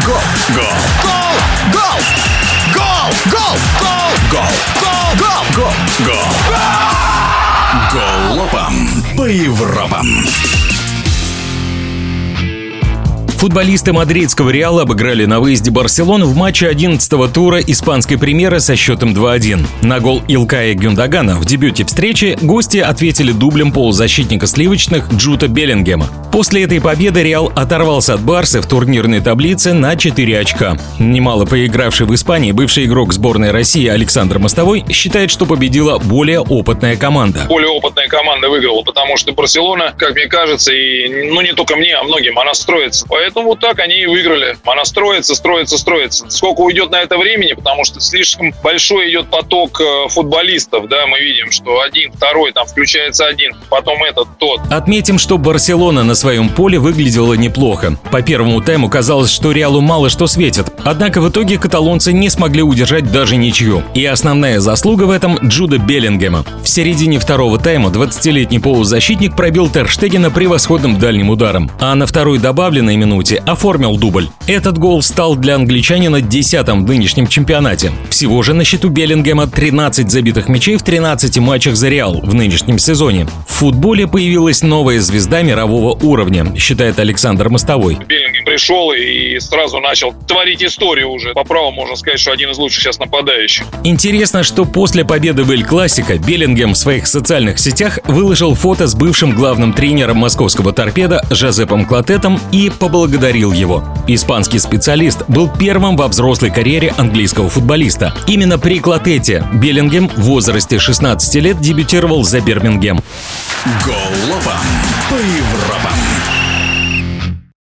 Гол! Гол! Гол! Гол! Гол! Гол! Гол! Гол! Гол! Галопом по Европам. Футболисты мадридского Реала обыграли на выезде Барселону в матче 11-го тура испанской премьеры со счетом 2-1. На гол Илкая Гюндогана в дебюте встречи гости ответили дублем полузащитника сливочных Джуда Беллингема. После этой победы Реал оторвался от Барсы в турнирной таблице на 4 очка. Немало поигравший в Испании бывший игрок сборной России Александр Мостовой считает, что победила более опытная команда. Более опытная команда выиграла, потому что Барселона, как мне кажется, и не только мне, а многим, она строится. Поэтому вот так они и выиграли. Она строится. Сколько уйдет на это времени, потому что слишком большой идет поток футболистов, да, мы видим, что один, второй, там включается один, потом этот, тот. Отметим, что Барселона на своем поле выглядела неплохо. По первому тайму казалось, что Реалу мало что светит. Однако в итоге каталонцы не смогли удержать даже ничью. И основная заслуга в этом Джуда Беллингема. В середине второго тайма 20-летний полузащитник пробил Тер Штегена превосходным дальним ударом. А на второй добавленной минуте оформил дубль. Этот гол стал для англичанина 10-м в нынешнем чемпионате. Всего же на счету Беллингема 13 забитых мячей в 13 матчах за Реал в нынешнем сезоне. В футболе появилась новая звезда мирового уровня, считает Александр Мостовой. Беллингем пришел и сразу начал творить историю уже. По праву можно сказать, что один из лучших сейчас нападающих. Интересно, что после победы в Эль-Классико Беллингем в своих социальных сетях выложил фото с бывшим главным тренером московского «Торпедо» Жозепом Клотетом и поблагодарил его. Испанский специалист был первым во взрослой карьере английского футболиста. Именно при Клотете Беллингем в возрасте 16 лет дебютировал за Бирмингем. Галопом по Европам.